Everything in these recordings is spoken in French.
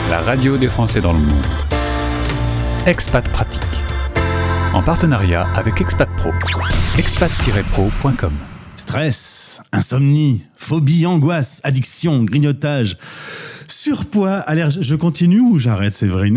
la radio des Français dans le monde. Expat Pratique. En partenariat avec Expat Pro. expat-pro.com. Stress, insomnie, phobie, angoisse, addiction, grignotage, surpoids, allergie. Je continue ou j'arrête, Séverine?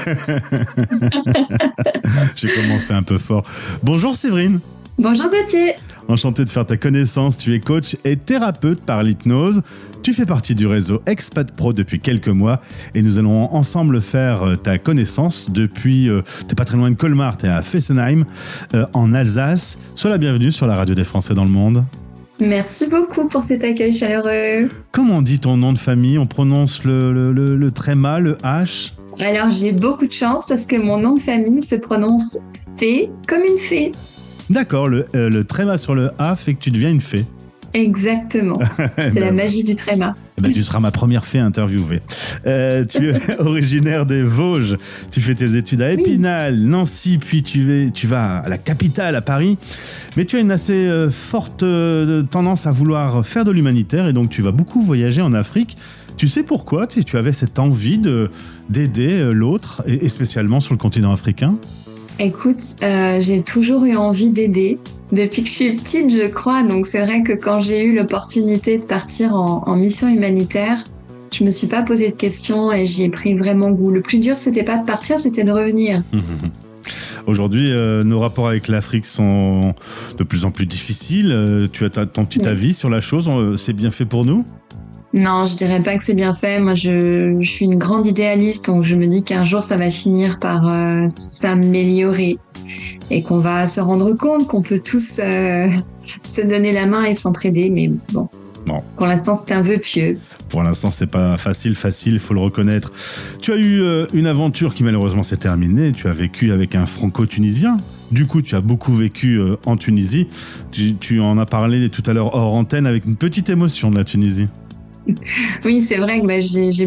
J'ai commencé un peu fort. Bonjour Séverine. Bonjour Gauthier. Enchanté de faire ta connaissance. Tu es coach et thérapeute par l'hypnose. Tu fais partie du réseau Expat Pro depuis quelques mois et nous allons ensemble faire ta connaissance depuis... t'es pas très loin de Colmar, t'es à Fessenheim, en Alsace. Sois la bienvenue sur la radio des Français dans le monde. Merci beaucoup pour cet accueil chaleureux. Comment on dit ton nom de famille? On prononce le tréma, le H? Alors j'ai beaucoup de chance parce que mon nom de famille se prononce fée comme une fée. D'accord, le tréma sur le A fait que tu deviens une fée. Exactement, c'est la magie du tréma. Tu seras ma première fée interviewée. Tu es originaire des Vosges, tu fais tes études à Épinal, Nancy, puis tu vas à la capitale, à Paris. Mais tu as une assez forte tendance à vouloir faire de l'humanitaire et donc tu vas beaucoup voyager en Afrique. Tu sais pourquoi tu avais cette envie d'aider l'autre, et spécialement sur le continent africain? Écoute, j'ai toujours eu envie d'aider. Depuis que je suis petite, je crois. Donc c'est vrai que quand j'ai eu l'opportunité de partir en mission humanitaire, je me suis pas posé de questions et j'y ai pris vraiment goût. Le plus dur, c'était pas de partir, c'était de revenir. Aujourd'hui, nos rapports avec l'Afrique sont de plus en plus difficiles. Tu as ton petit avis sur la chose. C'est bien fait pour nous? Non, je dirais pas que c'est bien fait. Moi, je suis une grande idéaliste, donc je me dis qu'un jour, ça va finir par s'améliorer et qu'on va se rendre compte qu'on peut tous se donner la main et s'entraider. Mais bon, pour l'instant, c'est un vœu pieux. Pour l'instant, c'est pas facile, il faut le reconnaître. Tu as eu une aventure qui malheureusement s'est terminée. Tu as vécu avec un franco-tunisien. Du coup, tu as beaucoup vécu en Tunisie. Tu en as parlé tout à l'heure hors antenne avec une petite émotion de la Tunisie. Oui, c'est vrai que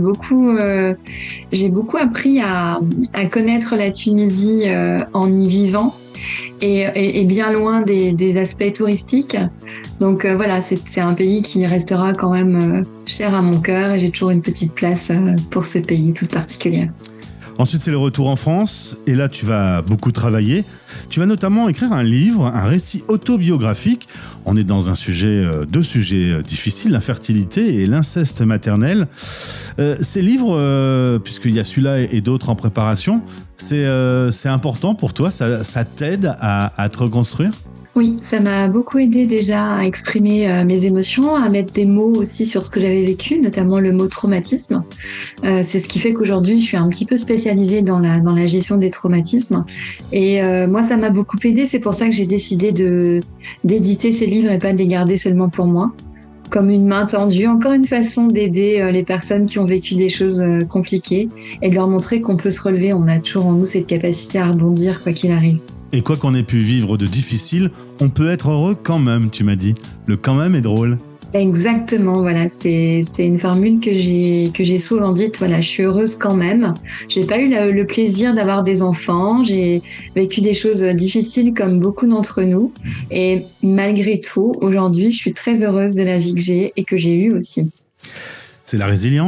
j'ai beaucoup appris à connaître la Tunisie en y vivant et bien loin des aspects touristiques. Donc voilà, c'est un pays qui restera quand même cher à mon cœur et j'ai toujours une petite place pour ce pays toute particulière. Ensuite, c'est le retour en France et là, tu vas beaucoup travailler. Tu vas notamment écrire un livre, un récit autobiographique. On est dans deux sujets difficiles, l'infertilité et l'inceste maternel. Ces livres, puisqu'il y a celui-là et d'autres en préparation, c'est important pour toi, ça t'aide à te reconstruire ? Oui, ça m'a beaucoup aidé déjà à exprimer mes émotions, à mettre des mots aussi sur ce que j'avais vécu, notamment le mot traumatisme. C'est ce qui fait qu'aujourd'hui, je suis un petit peu spécialisée dans la gestion des traumatismes. Et moi, ça m'a beaucoup aidé. C'est pour ça que j'ai décidé d'éditer ces livres et pas de les garder seulement pour moi. Comme une main tendue, encore une façon d'aider les personnes qui ont vécu des choses compliquées et de leur montrer qu'on peut se relever. On a toujours en nous cette capacité à rebondir quoi qu'il arrive. Et quoi qu'on ait pu vivre de difficile, on peut être heureux quand même, tu m'as dit. Le quand même est drôle. Exactement, voilà, c'est une formule que j'ai souvent dite. Voilà, je suis heureuse quand même. J'ai pas eu le plaisir d'avoir des enfants. J'ai vécu des choses difficiles comme beaucoup d'entre nous. Et malgré tout, aujourd'hui, je suis très heureuse de la vie que j'ai et que j'ai eue aussi. C'est la résilience ?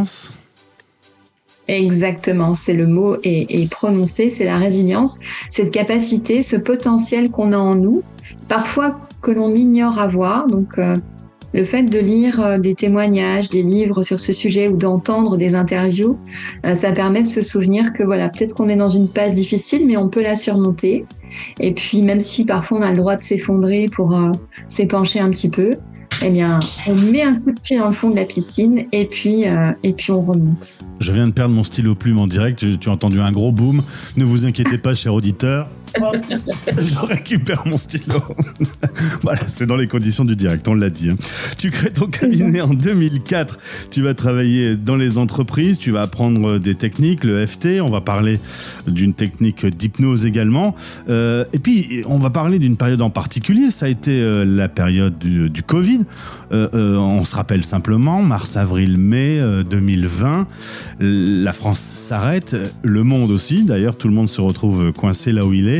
Exactement, c'est le mot est prononcé, c'est la résilience, cette capacité, ce potentiel qu'on a en nous, parfois que l'on ignore avoir. Donc le fait de lire des témoignages, des livres sur ce sujet ou d'entendre des interviews, ça permet de se souvenir que voilà, peut-être qu'on est dans une passe difficile, mais on peut la surmonter. Et puis même si parfois on a le droit de s'effondrer pour s'épancher un petit peu, eh bien, on met un coup de pied dans le fond de la piscine et puis on remonte. Je viens de perdre mon stylo plume en direct. Tu as entendu un gros boom. Ne vous inquiétez pas, cher auditeur. Je récupère mon stylo. Voilà, c'est dans les conditions du direct, on l'a dit. Tu crées ton cabinet en 2004. Tu vas travailler dans les entreprises, tu vas apprendre des techniques, le FT. On va parler d'une technique d'hypnose également. Et puis, on va parler d'une période en particulier. Ça a été la période du Covid. On se rappelle simplement, mars, avril, mai 2020. La France s'arrête, le monde aussi. D'ailleurs, tout le monde se retrouve coincé là où il est.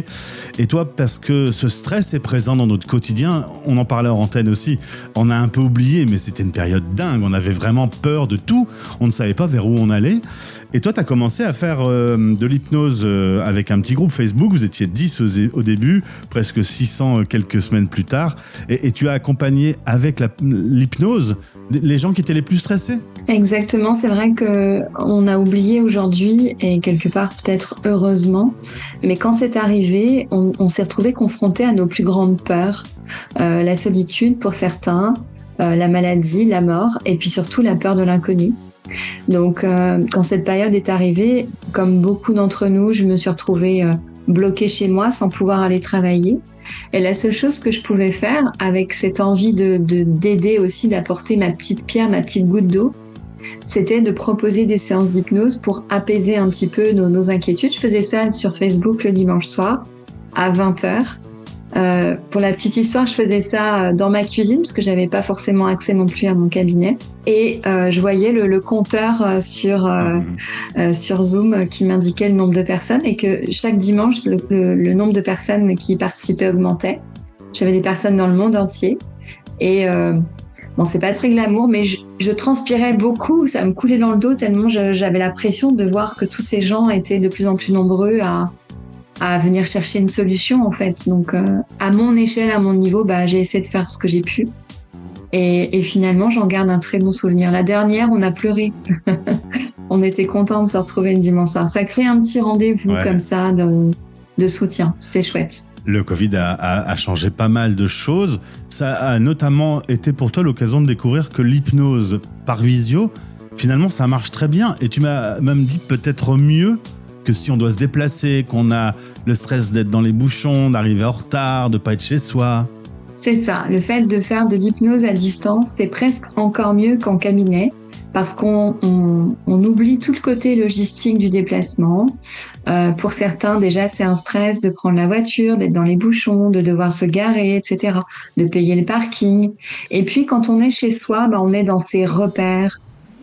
compliqué. Et toi, parce que ce stress est présent dans notre quotidien, on en parlait en antenne aussi, on a un peu oublié, mais c'était une période dingue, on avait vraiment peur de tout, on ne savait pas vers où on allait. Et toi, tu as commencé à faire de l'hypnose avec un petit groupe Facebook. Vous étiez 10 au début, presque 600 quelques semaines plus tard. Et tu as accompagné avec l'hypnose les gens qui étaient les plus stressés. Exactement, c'est vrai qu'on a oublié aujourd'hui, et quelque part peut-être heureusement, mais quand c'est arrivé, on s'est retrouvé confronté à nos plus grandes peurs. La solitude pour certains, la maladie, la mort, et puis surtout la peur de l'inconnu. Donc, quand cette période est arrivée, comme beaucoup d'entre nous, je me suis retrouvée bloquée chez moi sans pouvoir aller travailler. Et la seule chose que je pouvais faire, avec cette envie d'aider aussi, d'apporter ma petite pierre, ma petite goutte d'eau, c'était de proposer des séances d'hypnose pour apaiser un petit peu nos inquiétudes. Je faisais ça sur Facebook le dimanche soir à 20h. Pour la petite histoire, je faisais ça dans ma cuisine parce que j'avais pas forcément accès non plus à mon cabinet. Et je voyais le compteur sur Zoom qui m'indiquait le nombre de personnes et que chaque dimanche, le nombre de personnes qui participaient augmentait. J'avais des personnes dans le monde entier. Et bon, c'est pas très glamour, mais je transpirais beaucoup, ça me coulait dans le dos tellement j'avais la pression de voir que tous ces gens étaient de plus en plus nombreux à venir chercher une solution en fait. Donc à mon échelle, à mon niveau, j'ai essayé de faire ce que j'ai pu. Et finalement, j'en garde un très bon souvenir. La dernière, on a pleuré. On était contents de se retrouver le dimanche soir. Ça crée un petit rendez-vous comme ça de soutien. C'était chouette. Le Covid a changé pas mal de choses. Ça a notamment été pour toi l'occasion de découvrir que l'hypnose par visio, finalement, ça marche très bien. Et tu m'as même dit peut-être mieux que si on doit se déplacer, qu'on a le stress d'être dans les bouchons, d'arriver en retard, de pas être chez soi. C'est ça. Le fait de faire de l'hypnose à distance, c'est presque encore mieux qu'en cabinet parce qu'on oublie tout le côté logistique du déplacement. Pour certains, déjà, c'est un stress de prendre la voiture, d'être dans les bouchons, de devoir se garer, etc., de payer le parking. Et puis, quand on est chez soi, on est dans ses repères,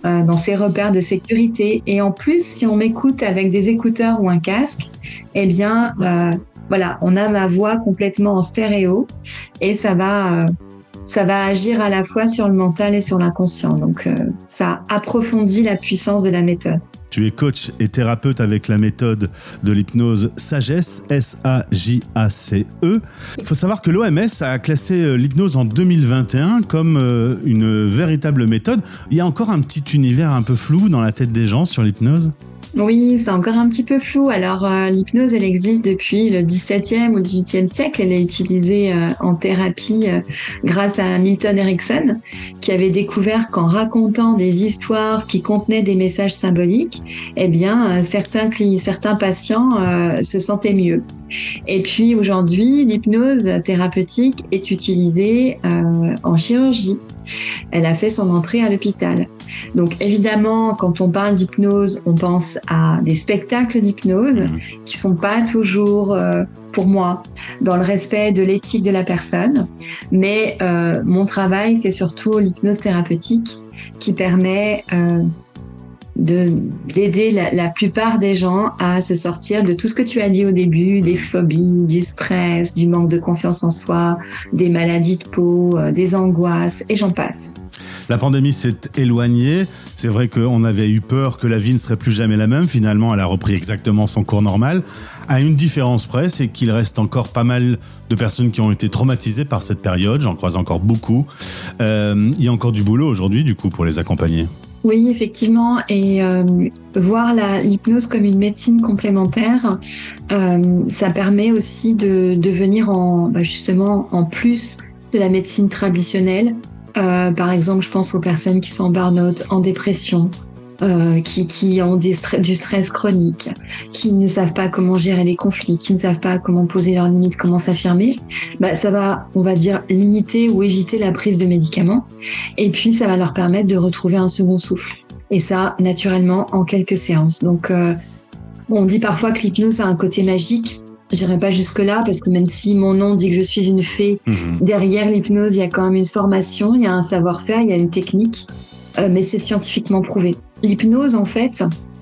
de sécurité. Et en plus, si on m'écoute avec des écouteurs ou un casque, eh bien, on a ma voix complètement en stéréo et ça va agir à la fois sur le mental et sur l'inconscient. Donc, ça approfondit la puissance de la méthode. Tu es coach et thérapeute avec la méthode de l'hypnose SAGECE, S-A-J-A-C-E. Il faut savoir que l'OMS a classé l'hypnose en 2021 comme une véritable méthode. Il y a encore un petit univers un peu flou dans la tête des gens sur l'hypnose ? Oui, c'est encore un petit peu flou. Alors, l'hypnose, elle existe depuis le XVIIe ou XVIIIe siècle. Elle est utilisée en thérapie grâce à Milton Erickson, qui avait découvert qu'en racontant des histoires qui contenaient des messages symboliques, eh bien, certains patients se sentaient mieux. Et puis, aujourd'hui, l'hypnose thérapeutique est utilisée en chirurgie. Elle a fait son entrée à l'hôpital. Donc évidemment, quand on parle d'hypnose, on pense à des spectacles d'hypnose qui sont pas toujours, pour moi, dans le respect de l'éthique de la personne. Mais mon travail, c'est surtout l'hypnose thérapeutique qui permet d'aider la plupart des gens à se sortir de tout ce que tu as dit au début, des phobies, du stress, du manque de confiance en soi, des maladies de peau, des angoisses, et j'en passe. La pandémie s'est éloignée. C'est vrai qu'on avait eu peur que la vie ne serait plus jamais la même. Finalement, elle a repris exactement son cours normal. À une différence près, c'est qu'il reste encore pas mal de personnes qui ont été traumatisées par cette période. J'en croise encore beaucoup. Il y a encore du boulot aujourd'hui, du coup, pour les accompagner. Oui, effectivement, et voir l'hypnose comme une médecine complémentaire, ça permet aussi de venir justement en plus de la médecine traditionnelle. Par exemple, je pense aux personnes qui sont en burn-out, en dépression, qui ont du stress chronique, qui ne savent pas comment gérer les conflits, qui ne savent pas comment poser leurs limites, comment s'affirmer. Ça va, on va dire, limiter ou éviter la prise de médicaments. Et puis, ça va leur permettre de retrouver un second souffle. Et ça, naturellement, en quelques séances. Donc, on dit parfois que l'hypnose a un côté magique. J'irai pas jusque-là parce que même si mon nom dit que je suis une fée, derrière l'hypnose, il y a quand même une formation, il y a un savoir-faire, il y a une technique, mais c'est scientifiquement prouvé. L'hypnose, en fait,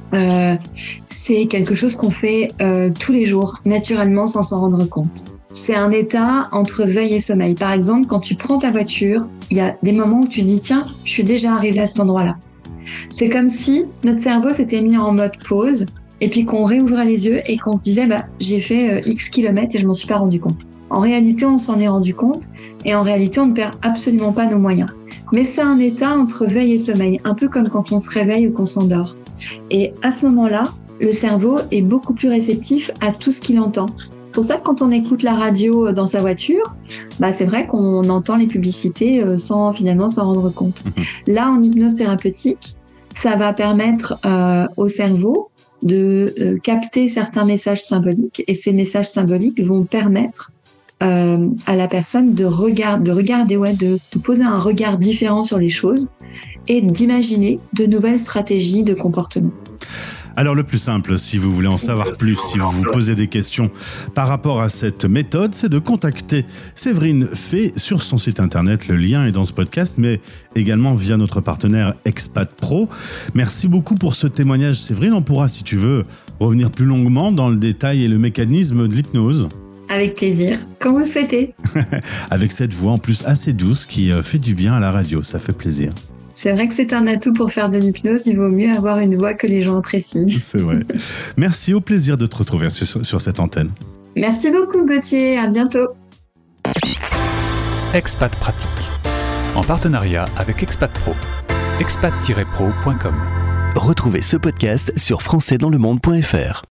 c'est quelque chose qu'on fait tous les jours, naturellement, sans s'en rendre compte. C'est un état entre veille et sommeil. Par exemple, quand tu prends ta voiture, il y a des moments où tu dis « Tiens, je suis déjà arrivé à cet endroit-là ». C'est comme si notre cerveau s'était mis en mode pause et puis qu'on réouvrait les yeux et qu'on se disait « J'ai fait X kilomètres et je m'en suis pas rendu compte ». En réalité, on s'en est rendu compte et en réalité, on ne perd absolument pas nos moyens. Mais c'est un état entre veille et sommeil, un peu comme quand on se réveille ou qu'on s'endort. Et à ce moment-là, le cerveau est beaucoup plus réceptif à tout ce qu'il entend. C'est pour ça que quand on écoute la radio dans sa voiture, c'est vrai qu'on entend les publicités sans finalement s'en rendre compte. Là, en hypnose thérapeutique, ça va permettre au cerveau de capter certains messages symboliques et ces messages symboliques vont permettre à la personne de regarder, de poser un regard différent sur les choses et d'imaginer de nouvelles stratégies de comportement. Alors le plus simple, si vous voulez en savoir plus, si vous vous posez des questions par rapport à cette méthode, c'est de contacter Séverine Fay sur son site internet. Le lien est dans ce podcast, mais également via notre partenaire Expat Pro. Merci beaucoup pour ce témoignage, Séverine. On pourra, si tu veux, revenir plus longuement dans le détail et le mécanisme de l'hypnose. Avec plaisir, quand vous le souhaitez. Avec cette voix en plus assez douce qui fait du bien à la radio, ça fait plaisir. C'est vrai que c'est un atout pour faire de l'hypnose, il vaut mieux avoir une voix que les gens apprécient. C'est vrai. Merci, au plaisir de te retrouver sur cette antenne. Merci beaucoup Gauthier, à bientôt. Expat Pratique, en partenariat avec Expat Pro, expat-pro.com. Retrouvez ce podcast sur françaisdanslemonde.fr.